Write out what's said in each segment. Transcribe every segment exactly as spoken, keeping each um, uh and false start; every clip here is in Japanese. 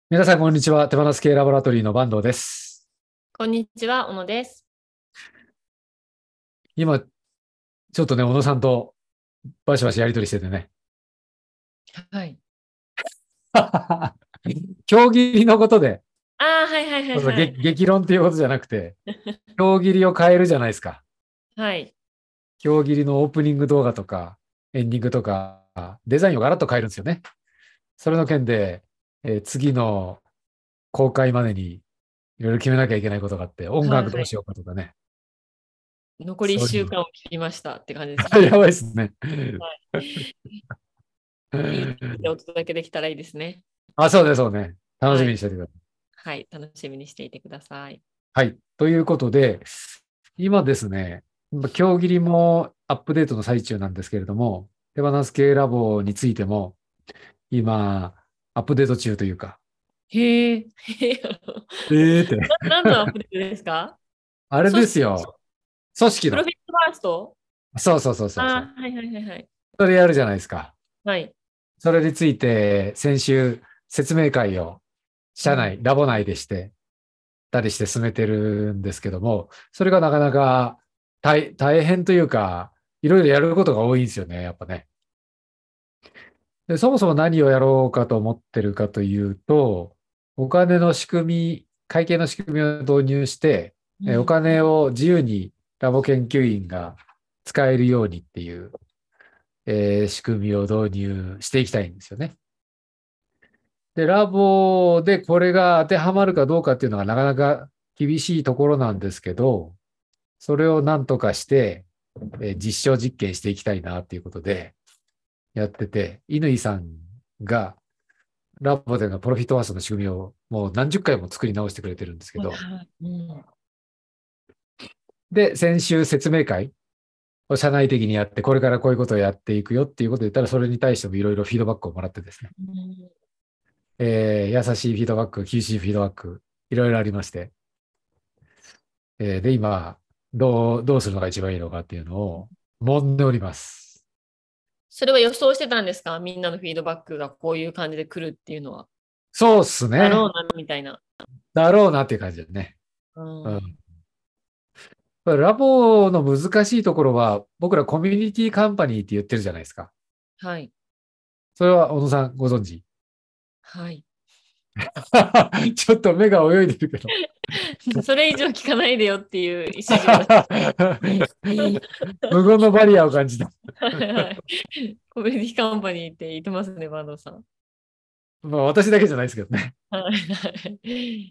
皆さん、こんにちは。手放す系ラボラトリーの坂東です。 こんにちは、小野です。 今、ちょっとね、小野さんとバシバシやりとりしててね。 はい。 競技りのことで、 ああ、はいはいはいはい。 激激論っていうことじゃなくて、競技りを変えるじゃないですか。 はい。 競技りのオープニング動画とか、エンディングとか、デザインをガラッと変えるんですよね。それの件で、えー次の公開までにいろいろ決めなきゃいけないことがあって、音はいはい。 楽どうしようかとかね。 残り1 そういうの。 週間を切りましたって感じですね。 やばいですね。 はい。いい感じでお届けできたらいいですね。 あ、そうね、そうね。楽しはい。 みにしててください。 はい。楽しみにしていてください。 はい。ということで、今ですね、今競技もアップデートの最中なんですけれども、手放す系ラボについても今、アップデート中というか、 へえ。へええーって、 な何のアップデートですか？ あれ組織、 ですよ。組織の。 プロフィットバースト。 そうそうそうそうそう。 ああー、はいはいはいはい。 それやるじゃないですか。 はい。 それについて先週説明会を社内、 うん。 ラボ内でしてたりして進めてるんですけども、それがなかなか大、大変というか、いろいろやることが多いんですよね、やっぱね。で、そもそも何をやろうかと思ってるかというと、お金の仕組み、会計の仕組みを導入して、えおうん。 金を自由にラボ研究員が使えるようにっていう、えー仕組みを導入していきたいんですよね。で、ラボでこれが当てはまるかどうかっていうのがなかなか厳しいところなんですけど、それをなんとかして、えー実証実験していきたいなっていうことでやってて、乾さんがラボでのプロフィットワーストの仕組みをもう何十回も作り直してくれてるんですけど、 はいはい。うん。 で、先週説明会を社内的にやって、これからこういうことをやっていくよっていうことを言ったら、それに対してもいろいろフィードバックをもらってですね、 うん。 えー優しいフィードバック、厳しいフィードバック、いろいろありまして、えーで、今、どう、どうするのが一番いいのかっていうのを揉んでおります。 それは予想してたんですか？みんなのフィードバックがこういう感じで来るっていうのは。 そうっすね。 だろうな、みたいな。 だろうなっていう感じだね。 ううん。 ん。 ラボの難しいところは、僕らコミュニティカンパニーって言ってるじゃないですか。 はい。 それは小野さんご存知？ はい。 ちょっと目が泳いでるけど。 それ以上聞かないでよっていう意思表示。 無言のバリアを感じた。 はいはい。コメディカンパニーって言ってますね、バンドさん。 まあ私だけじゃないですけどね。 はいはい。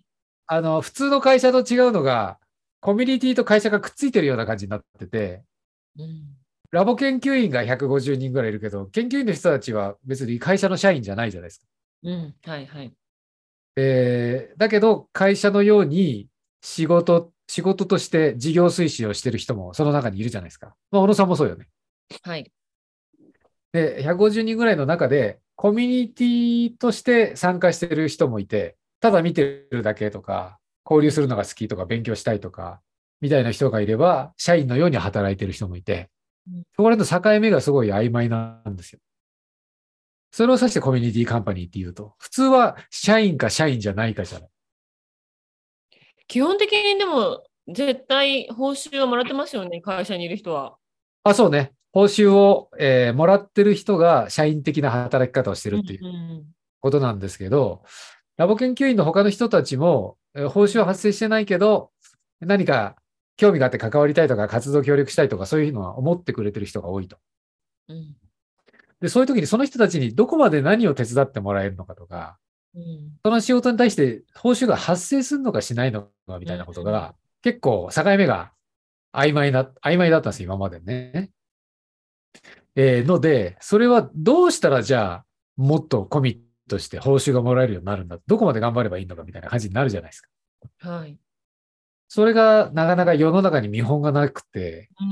あの、普通の会社と違うのが、コミュニティと会社がくっついてるような感じになってて、 うん。 ラボ研究員がひゃくごじゅうにんぐらいいるけど、研究員の人たちは別に会社の社員じゃないじゃないですか。 うん。はいはい。 えーだけど、会社のように仕事、仕事として事業推進をしてる人もその中にいるじゃないですか。まあ、小野さんもそうよね。 はい。 で、ひゃくごじゅうにんぐらいの中で、コミュニティとして参加してる人もいて、ただ見てるだけとか、交うん。 流するのが好きとか、勉強したいとか、みたいな人がいれば、社員のように働いてる人もいて、そこら辺の境目がすごい曖昧なんですよ。それを指してコミュニティカンパニーって言うと、普通は社員か社員じゃないかじゃない。 基本的にでも、絶対報酬はもらってますよね、会社にいる人は。 あ、そうね。報酬を、えーもらってる人が社員的な働き方をしてるうんっていううんことなんですけど、ラボ研究員の他の人たちも、えー報酬は発生してないけど、何か興味があって関わりたいとか、活動協力したいとか、そういうのは思ってくれてる人が多いと。 うんで、そういう時にその人たちにどこまで何を手伝ってもらえるのかとか、 うんその仕事に対して報酬が発生するのかしないのかみうんたいなことうんが、結構境目が曖昧な、曖昧だったんですよ、今までね。えーので、それはどうしたらじゃあ、もっとコミットして報酬がもらえるようになるんだ。どこまで頑張ればいいのかみたいな感じになるじゃないですか。 はい。 それがなかなか世の中に見本がなくて、 うん。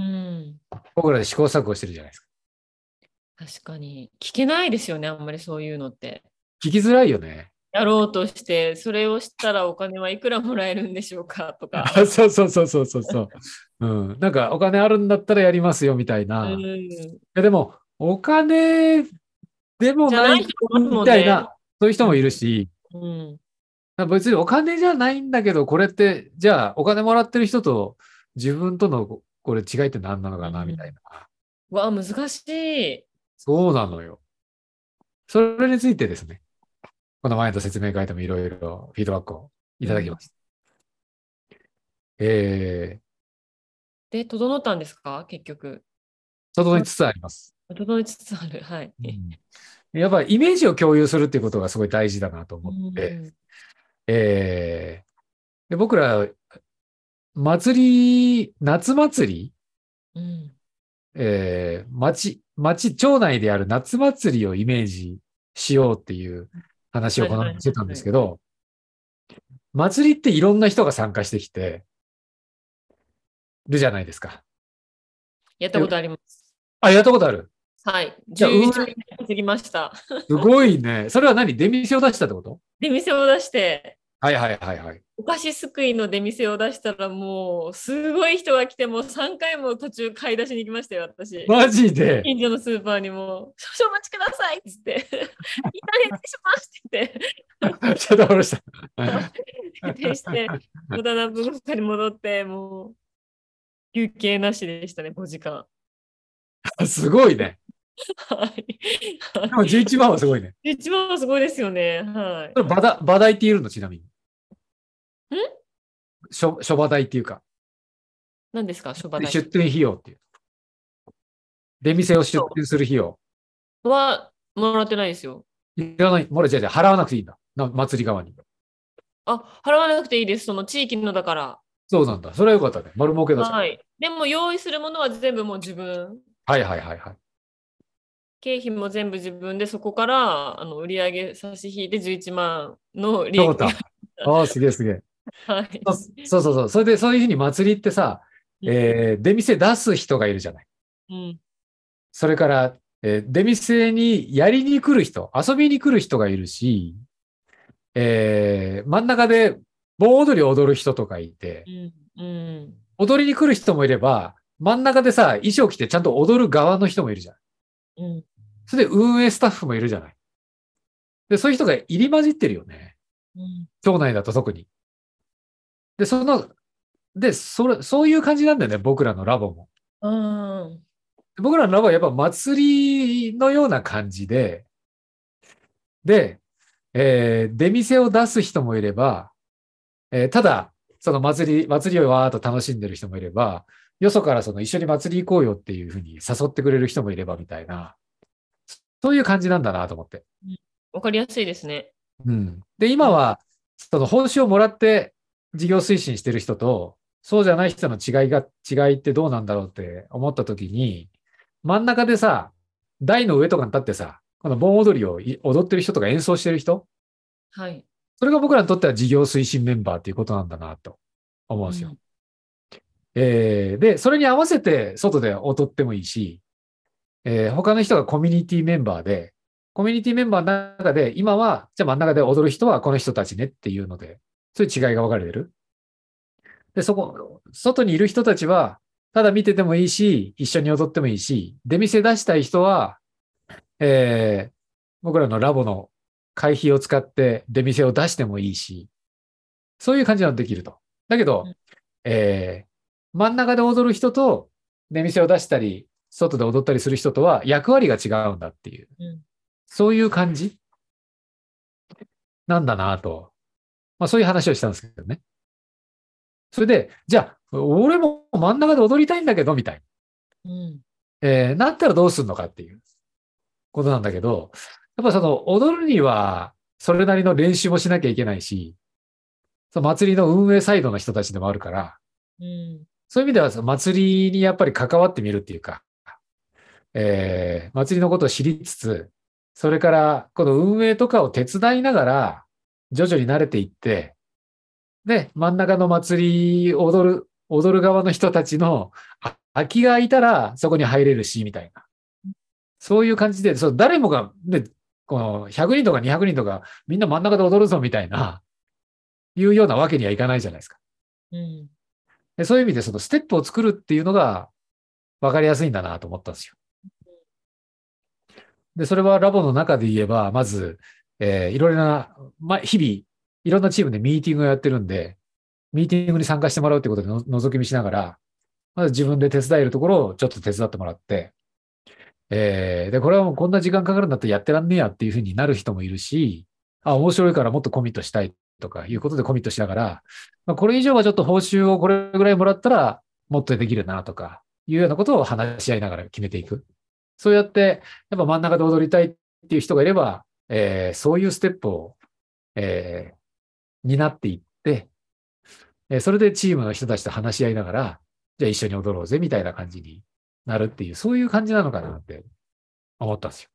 僕らで試行錯誤してるじゃないですか。 確かに。聞けないですよね、あんまりそういうのって。 聞きづらいよね。 やろうとして、それをしたらお金はいくらもらえるんでしょうかとか。 そうそうそうそうそうそう。うん。なんかお金あるんだったらやりますよみたいうな。 ん。 いやでも、お金でもじゃないない人もいますもんね。 みたいな、そういう人もいるし、 うん。 別にお金じゃないんだけど、これって、じゃあお金もらってる人と自分とのこれ違いって何なのかな、みたいな。 うわ、難しい。 そうなのよ。それについてですね、この前の説明会でもいろいろフィードバックをいただきました。えー、 で、整ったんですか結局。 整いつつあります。 整いつつある。はい。 うん、やっぱりイメージを共有するっていうことがすごい大事だなとう思って、 ん。 えー、で僕ら、祭り、夏祭り、 うん。 えー、町、町、町内である夏祭りをイメージしようっていう話をこのはいはいはい前してたんではい。 すけど、祭りっていろんな人が参加してきてるじゃないですか。 やったで、 ことあります。 あ、やったことある。 はい。 じゃあ、運 11 営、 枚稼ぎました。 すごいね。それは何出店を出したってこと？ 出店を出して、 はいはいはいはい。 お菓子すくいの出店を出したらもう、すごい人が来て、もうさんかいも途中買い出しに行きましたよ、私。 マジで。 近所のスーパーにも、少々お待ちくださいっつって、インターネットしますって言って、 ちょっと下ろした。 閉店して、無駄な分かに戻って、もう、休憩なしでしたね、ごじかん。 すごいね。 はい。はでもじゅういちまんはすごいね。 い。一番すごいですよね。はい。 それ場代、場代って言えるのちなみに。 ん諸、諸場代っていうか、 何ですか、諸場代。 出店費用っていう。出店を出店する費用。 はもらってないですよ。 いらない、もらじゃじゃ払わなくていいんだ。な祭り側に。 あ、払わなくていいです。その地域のだから。 そうなんだ。それはよかったね。丸儲けだじゃん。 はい。でも用意するものは全部もう自分。 はいはいはいはい。 経費も全部自分で、そこからあの売上差し引いてじゅういちまんの利益が。 そうだ。ああ、すげえすげえ。 はい。 そそうそうそう。それで、そういうふうに祭りってさ、えー出店出す人がいるじゃない。 うん。 それから、えー出店にやりに来る人、遊びに来る人がいるし、えー真ん中で盆踊りを踊る人とかいて、 うん。うん。 踊りに来る人もいれば、真ん中でさ、衣装着てちゃんと踊る側の人もいるじゃん。 うん。 それで運営スタッフもいるじゃない。で、そういう人が入り混じってるよね。 うん。 町内だと特に。で、その、で、それ、そういう感じなんだよね、僕らのラボも。 うん。 僕らのラボはやっぱ祭りのような感じで、で、えー出店を出す人もいれば、えーただ、その祭り、祭りをわーっと楽しんでる人もいれば、よそからその一緒に祭り行こうよっていうふうに誘ってくれる人もいればみたいな、そういう感じなんだなと思って。 わかりやすいですね。 うん。で、 うん。 今は、その報酬をもらって事業推進してる人と、そうじゃない人の違いが、違いってどうなんだろうって思った時に、真ん中でさ、台の上とかに立ってさ、この盆踊りをい踊ってる人とか演奏してる人、 はい。 それが僕らにとっては事業推進メンバーっていうことなんだなと思うんですよ。 うん。 えーで、それに合わせて外で踊ってもいいし、えー他の人がコミュニティメンバーで、コミュニティメンバーの中で、今は、じゃあ真ん中で踊る人はこの人たちねっていうので、そういう違いが分かれてる。で、そこ、外にいる人たちは、ただ見ててもいいし、一緒に踊ってもいいし、出店出したい人は、えー僕らのラボの会費を使って出店を出してもいいし、そういう感じなのできると。だけど、 うん。 えー真ん中で踊る人と出店を出したり、外で踊ったりする人とは役割が違うんだっていう、 うん。 そういう感じなんだなと。まあそういう話をしたんですけどね。それで、じゃあ、俺も真ん中で踊りたいんだけど、みたいな。 うん。 えーなったらどうするのかっていうことなんだけど、やっぱその踊るには、それなりの練習もしなきゃいけないし、その祭りの運営サイドの人たちでもあるから、 うん。 そういう意味ではその祭りにやっぱり関わってみるっていうか、えー祭りのことを知りつつ、それからこの運営とかを手伝いながら、徐々に慣れていって、で、真ん中の祭り踊る、踊る側の人たちのあ空きが空いたらそこに入れるし、みたいな。そういう感じで、そう誰もが、で、このひゃくにんとかにひゃくにんとかみんな真ん中で踊るぞみたいな、いうようなわけにはいかないじゃないですか。 うん。 でそういう意味でそのステップを作るっていうのが分かりやすいんだなと思ったんですよ。で、それはラボの中で言えば、まず、えーいろいろな、ま、日々 いろんなチームでミーティングをやってるんで、ミーティングに参加してもらうってことでの覗き見しながら、まず自分で手伝えるところをちょっと手伝ってもらって、えー、で、これはもうこんな時間かかるんだったらやってらんねえやっていうふうになる人もいるし、あ、面白いからもっとコミットしたいとかいうことでコミットしながら、まあ、これ以上はちょっと報酬をこれぐらいもらったらもっとできるなとかいうようなことを話し合いながら決めていく。そうやって、やっぱ真ん中で踊りたいっていう人がいれば、えー、そういうステップを、えー、担っていって、えーそれでチームの人たちと話し合いながら、じゃあ一緒に踊ろうぜみたいな感じになるっていう、そういう感じなのかなって思ったんですよ。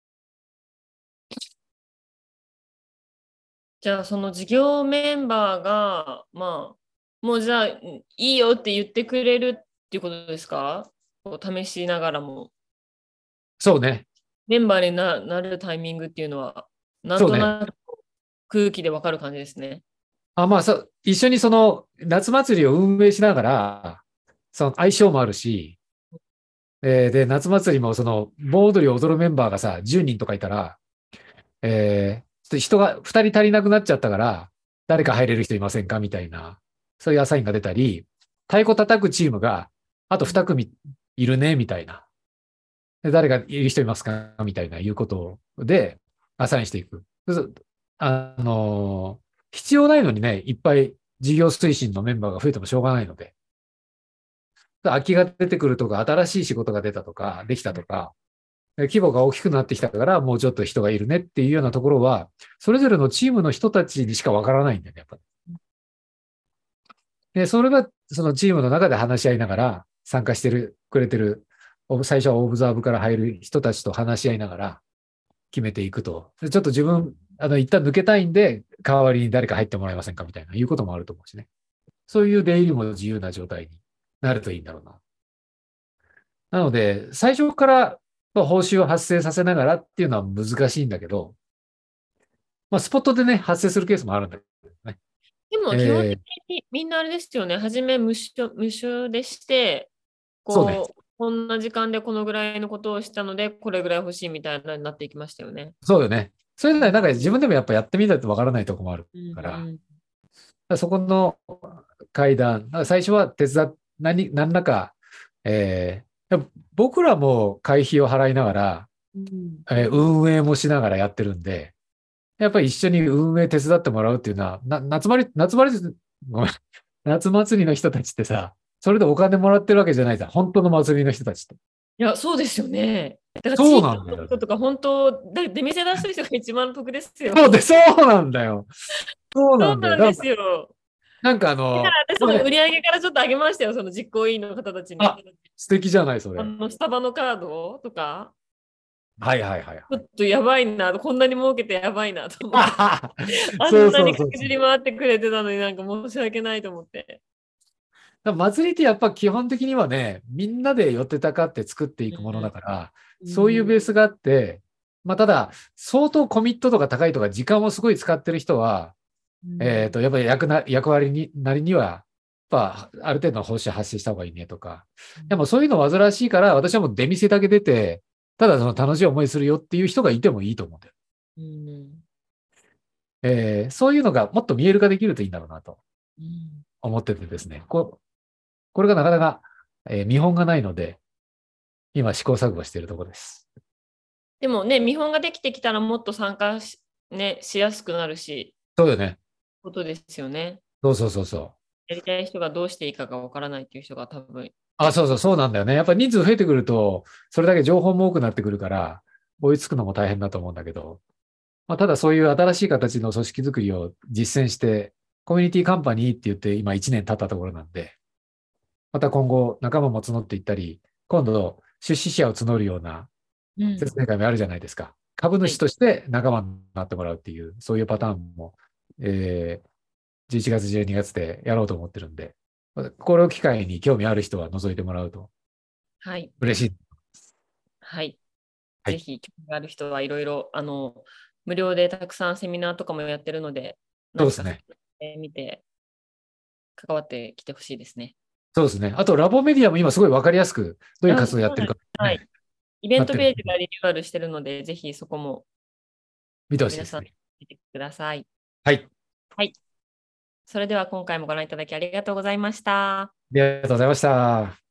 じゃあ、その事業メンバーが、まあ、もうじゃあ、いいよって言ってくれるっていうことですか？こう試しながらも。 そうね。 メンバーにな、なるタイミングっていうのは、なんそうね。 となく空気でわかる感じですね。 あ、まあ、そ一緒にその夏祭りを運営しながら、その相性もあるし、えーで、夏祭りもその盆踊りを踊るメンバーがさ、じゅうにんとかいたら、えーちょっと人がふたり足りなくなっちゃったから、誰か入れる人いませんかみたいな、そういうアサインが出たり、太鼓叩くチームが、あとに組いるね、みたいな。で誰かいる人いますかみたいな、いうことで、アサインしていく。そうあのー必要ないのにね、いっぱい事業推進のメンバーが増えてもしょうがないので、空きが出てくるとか、新しい仕事が出たとか、できたとか、規模が大きくなってきたから、もうちょっと人がいるねっていうようなところは、それぞれのチームの人たちにしかわからないんだよね、やっぱり。で、それが、そのチームの中で話し合いながら、参加してる、くれてる、最初はオブザーブから入る人たちと話し合いながら決めていくと。でちょっと自分、あの、一旦抜けたいんで、代わりに誰か入ってもらえませんかみたいな、いうこともあると思うしね。そういう出入りも自由な状態になるといいんだろうな。なので、最初からまあ報酬を発生させながらっていうのは難しいんだけど、まあ、スポットでね、発生するケースもあるんだけどね。 でも基本的えー、 にみんなあれですよね。初め無償、無償でして、 そうね。 こう、こんな時間でこのぐらいのことをしたので、これぐらい欲しいみたいなになっていきましたよね。 そうよね。それならうんなんか自分でもやっぱやってみないとわからないとこもあるうんから、だかうんらそこの階段、だから最初は手伝っ、何、何らか、えー、やっぱ僕らも会費を払いながら、 うんえー運営もしながらやってるんで、やっぱり一緒に運営手伝ってもらうっていうのは、な、夏祭り、夏祭り、ごめん、夏祭りの人たちってさ、それでお金もらってるわけじゃないじゃん。本当の祭りの人たちって。 いや、そうですよね。だから地そう域なんだよ。 の人とか、本当、だ出店出す人が一番得ですよ。 そうで、そうなんだよ。そうなんだよ。 そうなんですだから、 よ。 なんかあだからの、 私、その売これね、 り上げからちょっと上げましたよ、その実行委員の方たちに。 あ、素敵じゃない、それ。 あの、スタバのカードとか、 はいはいはいはい。 ちょっとやばいな、こんなに儲けてやばいなと思って。 ああそうんなにそうそうそう。 確実に回ってくれてたのになんか申し訳ないと思って。 だから祭りってやっぱ基本的にはね、みんなで寄ってたかって作っていうくものだから、 ん。 そういううん。 ベースがあって、まあただ、相当コミット度が高いとか、時間をすごい使ってる人は、えっと、やっぱり役な、役割になりには、やっぱ、ある程度の報酬発生した方がいいねとか。でもそういうの煩わしいから、私はもう出店だけ出て、ただその楽しい思いするよっていう人がいてもいいと思うんだよ。 うん。 えーそういうのがもっと見える化できるといいんだろうなとうん。 思っててですね。ここれがなかなか、えー見本がないので、今試行錯誤しているところです。 でもね、見本ができてきたらもっと参加し、ね、しやすくなるし、 そうよね。 ことですよね。 そうそうそうそう。 やりたい人がどうしていいかがわからないっていう人が多分。 あ、そうそうそうなんだよね。やっぱり人数増えてくると、それだけ情報も多くなってくるから、追いつくのも大変だと思うんだけど、まあ、ただそういう新しい形の組織づくりを実践して、コミュニティカンパニーって言って今いちねん経ったところなんで、また今後仲間も募っていったり、今度出資者を募るようなうん。 説明会もあるじゃないですか。株はい。 主として仲間になってもらうっていう、そういうパターンも、えー、じゅういちがつ、じゅうにがつでやろうと思ってるんで、これを機会に興味ある人は覗いてもらうとはい。 嬉しい。 はい。 はい。 ぜひ、興味がある人はいろいろ、あの、無料でたくさんセミナーとかもやってるので、何かそうですね。 見て関わってきてほしいですね。 そうですね。あと、ラボメディアも今すごいわかりやすく、どういうあ、 活動をやってるかそうなんです。はい。 ね、 イベントなってる。 ページがリニューアルしてるので、ぜひそこも見てほしいで皆さんすね。 見てください。 はい。 それでは今回もご覧いただきありがとうございました。 ありがとうございました。